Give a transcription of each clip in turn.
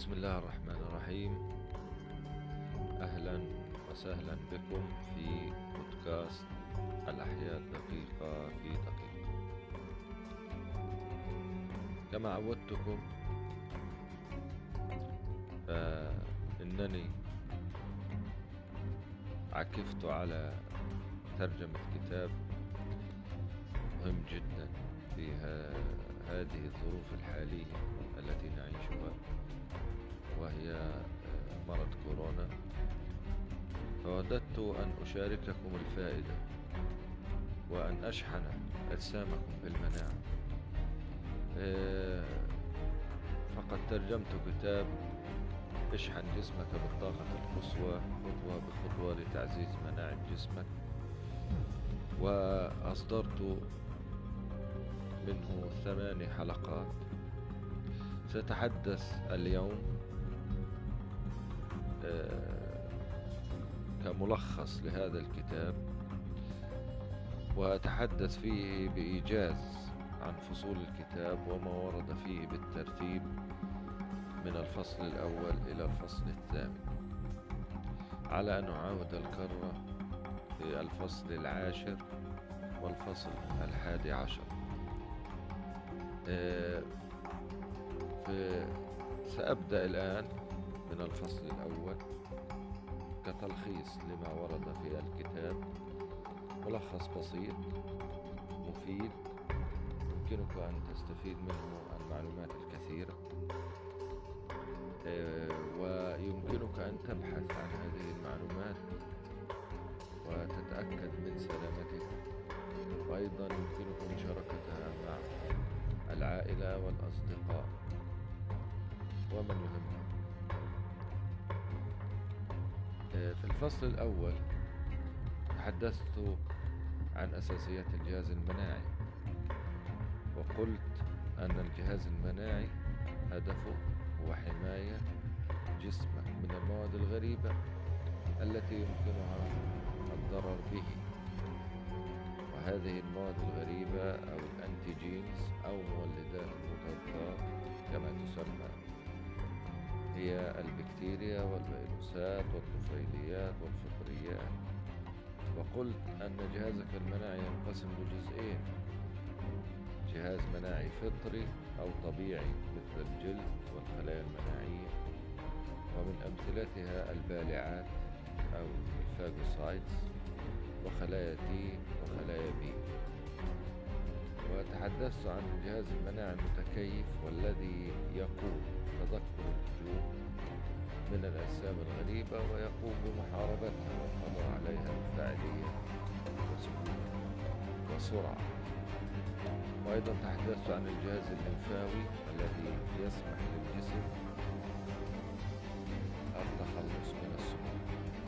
بسم الله الرحمن الرحيم. أهلا وسهلا بكم في بودكاست الأحياء دقيقة في دقيقة. كما عودتكم فإنني عكفت على ترجمة كتاب مهم جدا في هذه الظروف الحالية التي نعيشها، وهي مرض كورونا. فوددت أن أشارككم الفائدة وأن أشحن أجسامكم بالمناعة. فقد ترجمت كتاب اشحن جسمك بالطاقة القصوى خطوة بخطوة لتعزيز مناعة جسمك، وأصدرت منه 8 حلقات. سأتحدث اليوم كملخص لهذا الكتاب، وأتحدث فيه بإيجاز عن فصول الكتاب وما ورد فيه بالترتيب من الفصل الأول إلى الفصل الثامن، على أن أعاود الكرة في الفصل 10 والفصل 11. سأبدأ الآن من الفصل الأول كتلخيص لما ورد في الكتاب، ملخص بسيط مفيد يمكنك أن تستفيد منه المعلومات الكثيرة، ويمكنك أن تبحث عن هذه المعلومات وتتأكد من سلامتها، وأيضا يمكنك مشاركتها مع العائلة والأصدقاء ومن يهمهم. في الفصل الأول تحدثت عن أساسيات الجهاز المناعي، وقلت أن الجهاز المناعي هدفه هو حماية جسمك من المواد الغريبة التي يمكنها الضرر به. وهذه المواد الغريبة أو الأنتيجينز أو مولدات المضادات كما تسمى هي البكتيريا والفيروسات والطفيليات والفطريات. وقلت أن جهازك المناعي ينقسم لجزئين: جهاز مناعي فطري أو طبيعي مثل الجلد والخلايا المناعية، ومن أمثلتها البالعات أو الفاجوسايتس وخلايا تي وخلايا بي. وتحدثت عن الجهاز المناعي المتكيف والذي يقوم بتذكر الهجوم من الأجسام الغريبة ويقوم بمحاربتها والقضاء عليها بفاعلية وسهولة وسرعة. وأيضا تحدثت عن الجهاز الليمفاوي الذي يسمح للجسم التخلص من السموم.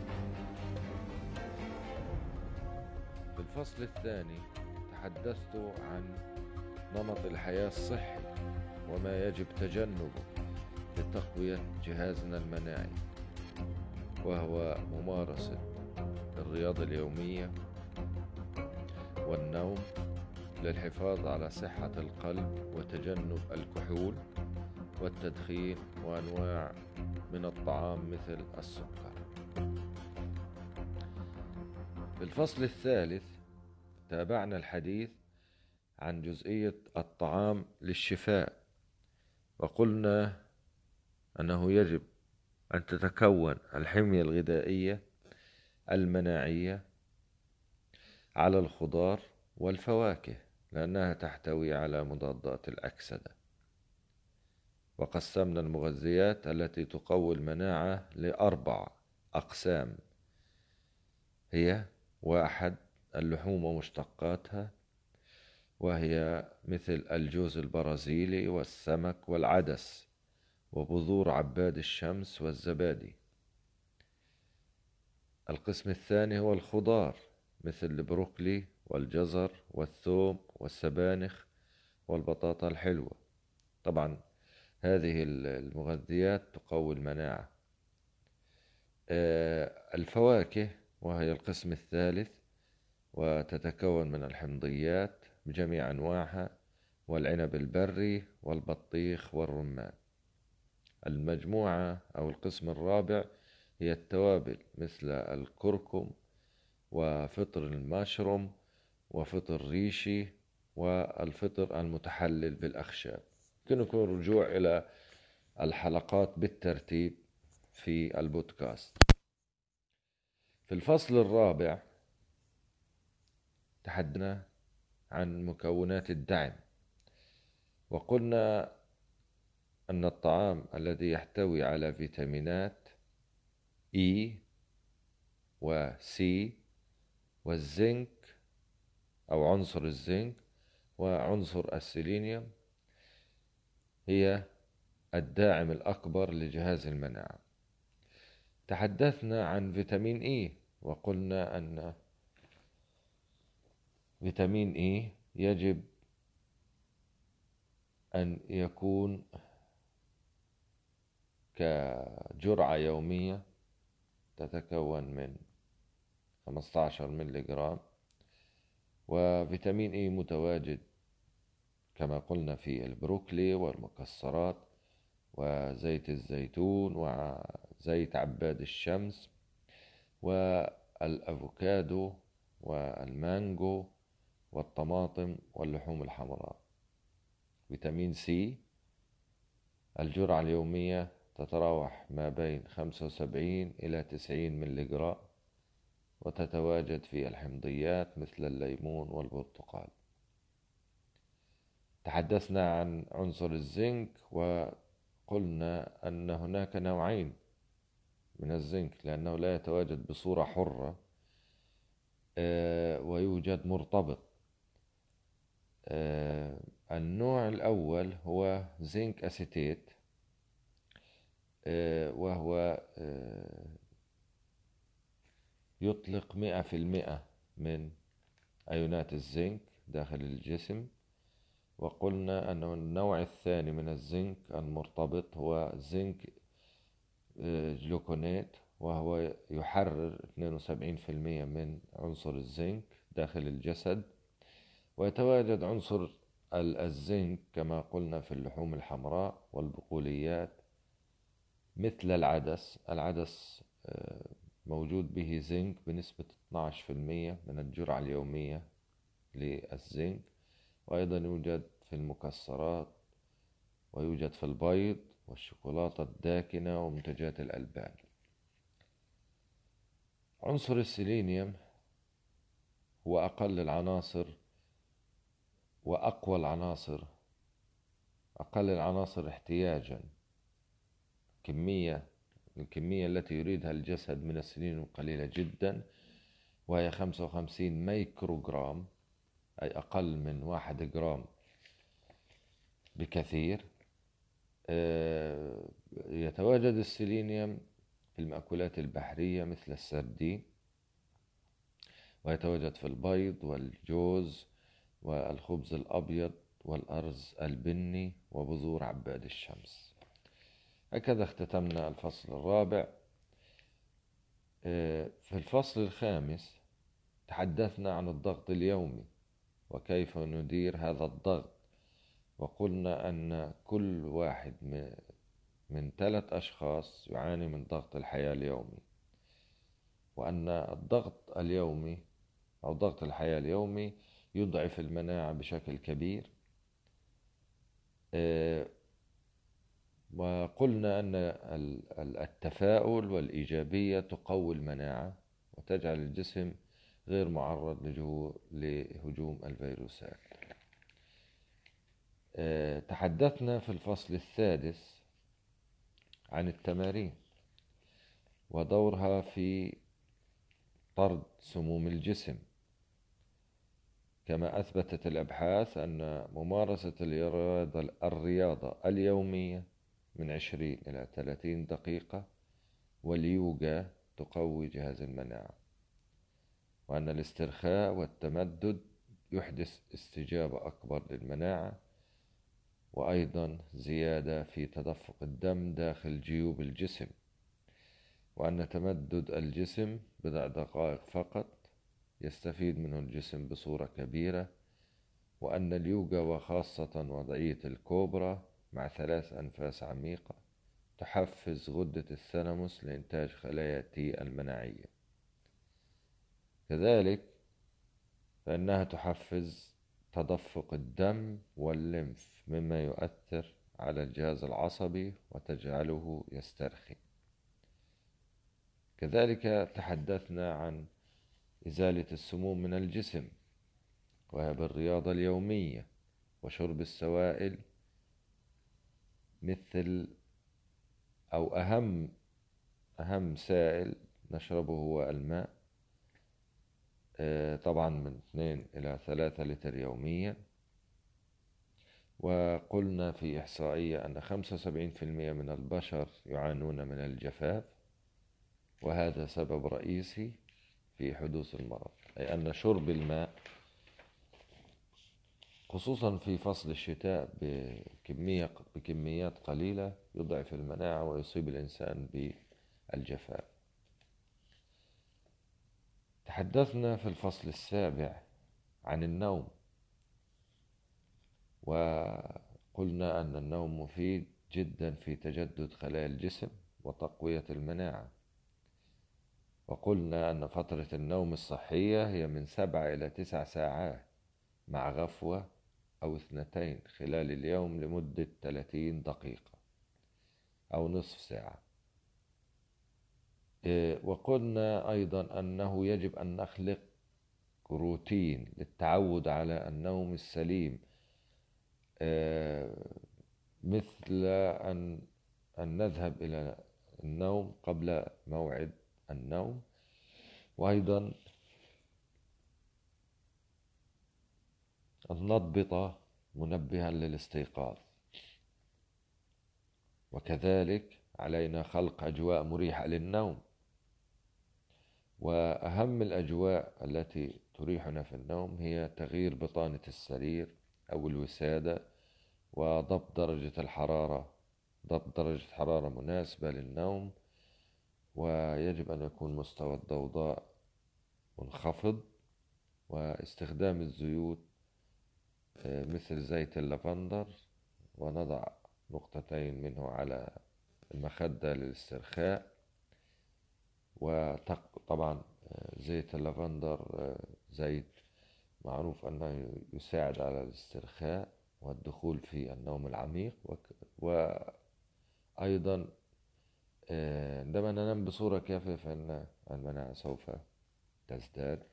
في الفصل الثاني تحدثت عن نمط الحياة الصحي وما يجب تجنبه لتقوية جهازنا المناعي، وهو ممارسة الرياضة اليومية والنوم للحفاظ على صحة القلب وتجنب الكحول والتدخين وأنواع من الطعام مثل السكر. في الفصل الثالث تابعنا الحديث عن جزئية الطعام للشفاء، وقلنا أنه يجب أن تتكون الحمية الغذائية المناعية على الخضار والفواكه لأنها تحتوي على مضادات الأكسدة. وقسمنا المغذيات التي تقوي المناعة ل4 أقسام، هي 1 اللحوم ومشتقاتها، وهي مثل الجوز البرازيلي والسمك والعدس وبذور عباد الشمس والزبادي. القسم الثاني هو الخضار مثل البروكلي والجزر والثوم والسبانخ والبطاطا الحلوة. طبعا هذه المغذيات تقوي المناعة. الفواكه وهي القسم الثالث، وتتكون من الحمضيات بجميع أنواعها والعنب البري والبطيخ والرمان. المجموعة أو القسم الرابع هي التوابل مثل الكركم وفطر المشروم وفطر ريشي والفطر المتحلل بالأخشاب. يمكن يكون رجوع إلى الحلقات بالترتيب في البودكاست. في الفصل الرابع تحدثنا عن مكونات الدعم، وقلنا أن الطعام الذي يحتوي على فيتامينات E و C والزنك أو عنصر الزنك وعنصر السيلينيوم هي الداعم الأكبر لجهاز المناعة. تحدثنا عن فيتامين E وقلنا أن فيتامين E يجب أن يكون كجرعة يومية تتكون من 15 ملغ، وفيتامين E متواجد كما قلنا في البروكلي والمكسرات وزيت الزيتون وزيت عباد الشمس والأفوكادو والمانجو والطماطم واللحوم الحمراء. فيتامين سي الجرعة اليومية تتراوح ما بين 75 إلى 90 ملغ، وتتواجد في الحمضيات مثل الليمون والبرتقال. تحدثنا عن عنصر الزنك وقلنا أن هناك نوعين من الزنك لأنه لا يتواجد بصورة حرة ويوجد مرتبط. النوع الأول هو زنك أسيتيت، وهو يطلق 100% من أيونات الزنك داخل الجسم. وقلنا أن النوع الثاني من الزنك المرتبط هو زنك جلوكونات، وهو يحرر 72% من عنصر الزنك داخل الجسد. ويتواجد عنصر الزنك كما قلنا في اللحوم الحمراء والبقوليات مثل العدس موجود به زنك بنسبة 12% من الجرعة اليومية للزنك. وأيضا يوجد في المكسرات، ويوجد في البيض والشوكولاتة الداكنة ومنتجات الألبان. عنصر السيلينيوم هو أقل العناصر وأقوى العناصر، أقل العناصر احتياجا. الكمية التي يريدها الجسد من السيلينيوم قليلة جدا، وهي 55 ميكروغرام، أي أقل من 1 جرام بكثير. يتواجد السيلينيوم في المأكولات البحرية مثل السردين، ويتواجد في البيض والجوز والخبز الأبيض والأرز البني وبذور عباد الشمس. هكذا اختتمنا الفصل الرابع. في الفصل الخامس تحدثنا عن الضغط اليومي وكيف ندير هذا الضغط، وقلنا أن كل واحد من 3 أشخاص يعاني من ضغط الحياة اليومي، وأن الضغط اليومي أو ضغط الحياة اليومي يضعف المناعة بشكل كبير. وقلنا أن التفاؤل والإيجابية تقوي المناعة وتجعل الجسم غير معرض لهجوم الفيروسات. تحدثنا في الفصل السادس عن التمارين ودورها في طرد سموم الجسم. كما أثبتت الأبحاث أن ممارسة الرياضة اليومية من 20 إلى 30 دقيقة واليوغا تقوي جهاز المناعة، وأن الاسترخاء والتمدد يحدث استجابة أكبر للمناعة، وأيضا زيادة في تدفق الدم داخل جيوب الجسم، وأن تمدد الجسم 10 دقائق فقط يستفيد منه الجسم بصورة كبيرة، وأن اليوغا وخاصة وضعية الكوبرا مع 3 أنفاس عميقة تحفز غدة الثالاموس لإنتاج خلايا تي المناعية. كذلك فإنها تحفز تدفق الدم والليمف، مما يؤثر على الجهاز العصبي وتجعله يسترخي. كذلك تحدثنا عن إزالة السموم من الجسم، وهي بالرياضة اليومية وشرب السوائل، مثل أو أهم سائل نشربه هو الماء، طبعا من 2 إلى 3 لتر يوميا. وقلنا في إحصائية أن 75% من البشر يعانون من الجفاف، وهذا سبب رئيسي في حدوث المرض، أي أن شرب الماء خصوصا في فصل الشتاء بكميات قليلة يضعف المناعة ويصيب الإنسان بالجفاف. تحدثنا في الفصل السابع عن النوم، وقلنا أن النوم مفيد جدا في تجدد خلايا الجسم وتقوية المناعة. وقلنا أن فترة النوم الصحية هي من 7 إلى 9 ساعات، مع غفوة أو 2 خلال اليوم لمدة 30 دقيقة أو نصف ساعة. وقلنا أيضا أنه يجب أن نخلق روتين للتعود على النوم السليم، مثل أن نذهب إلى النوم قبل موعد النوم، وأيضا أن نضبط منبها للاستيقاظ. وكذلك علينا خلق أجواء مريحة للنوم، وأهم الأجواء التي تريحنا في النوم هي تغيير بطانة السرير أو الوسادة، وضبط درجة الحرارة، ضبط درجة حرارة مناسبة للنوم. ويجب أن يكون مستوى الضوضاء منخفض، واستخدام الزيوت مثل زيت اللافندر، ونضع نقطتين منه على المخدة للاسترخاء. وطبعا زيت اللافندر زيت معروف أنه يساعد على الاسترخاء والدخول في النوم العميق. وأيضا عندما ننام بصورة كافية فإن المناعة سوف تزداد.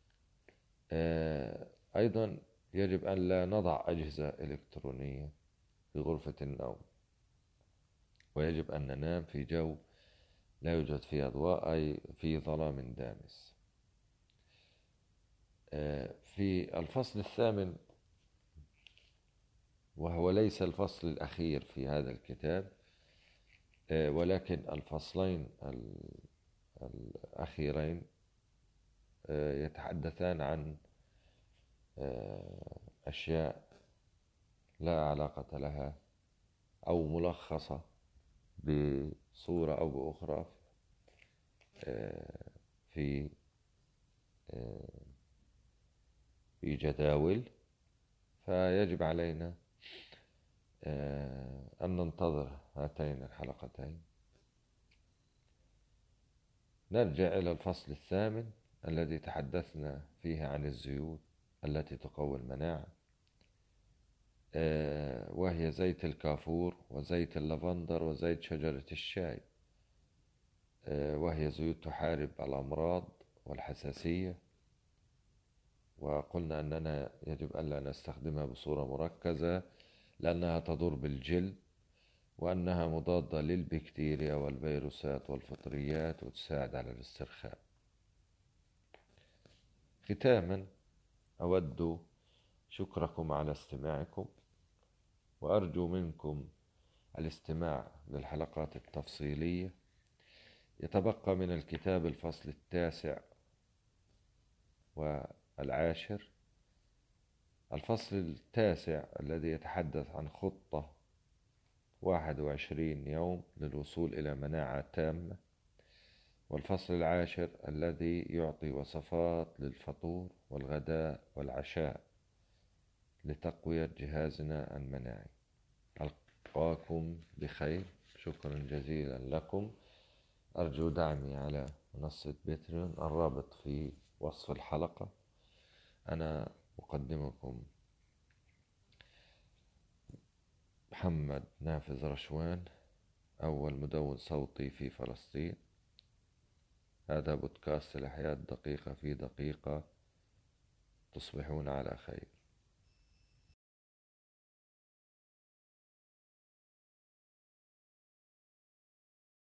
أيضا يجب أن لا نضع أجهزة إلكترونية في غرفة النوم، ويجب أن ننام في جو لا يوجد فيه أضواء، أي في ظلام دامس. في الفصل الثامن، وهو ليس الفصل الأخير في هذا الكتاب، ولكن الفصلين الأخيرين يتحدثان عن أشياء لا علاقة لها أو ملخصة بصورة أو بأخرى في جداول، فيجب علينا أن ننتظر هاتين الحلقتين. نرجع إلى الفصل الثامن الذي تحدثنا فيه عن الزيوت التي تقوي المناعة، وهي زيت الكافور وزيت اللافندر وزيت شجرة الشاي، وهي زيوت تحارب الأمراض والحساسية. وقلنا أننا يجب ألا نستخدمها بصورة مركزة لأنها تضر بالجلد، وأنها مضادة للبكتيريا والفيروسات والفطريات وتساعد على الاسترخاء. ختاما أود شكركم على استماعكم، وأرجو منكم الاستماع للحلقات التفصيلية. يتبقى من الكتاب الفصل 9 والعاشر. الفصل 9 الذي يتحدث عن خطة 21 يوم للوصول إلى مناعة تامة، والفصل 10 الذي يعطي وصفات للفطور والغداء والعشاء لتقوية جهازنا المناعي. ألقاكم بخير. شكرا جزيلا لكم. أرجو دعمي على منصة باتريون، الرابط في وصف الحلقة. أنا أقدمكم محمد نافذ رشوان، أول مدون صوتي في فلسطين. هذا بودكاست الحياة دقيقة في دقيقة. تصبحون على خير.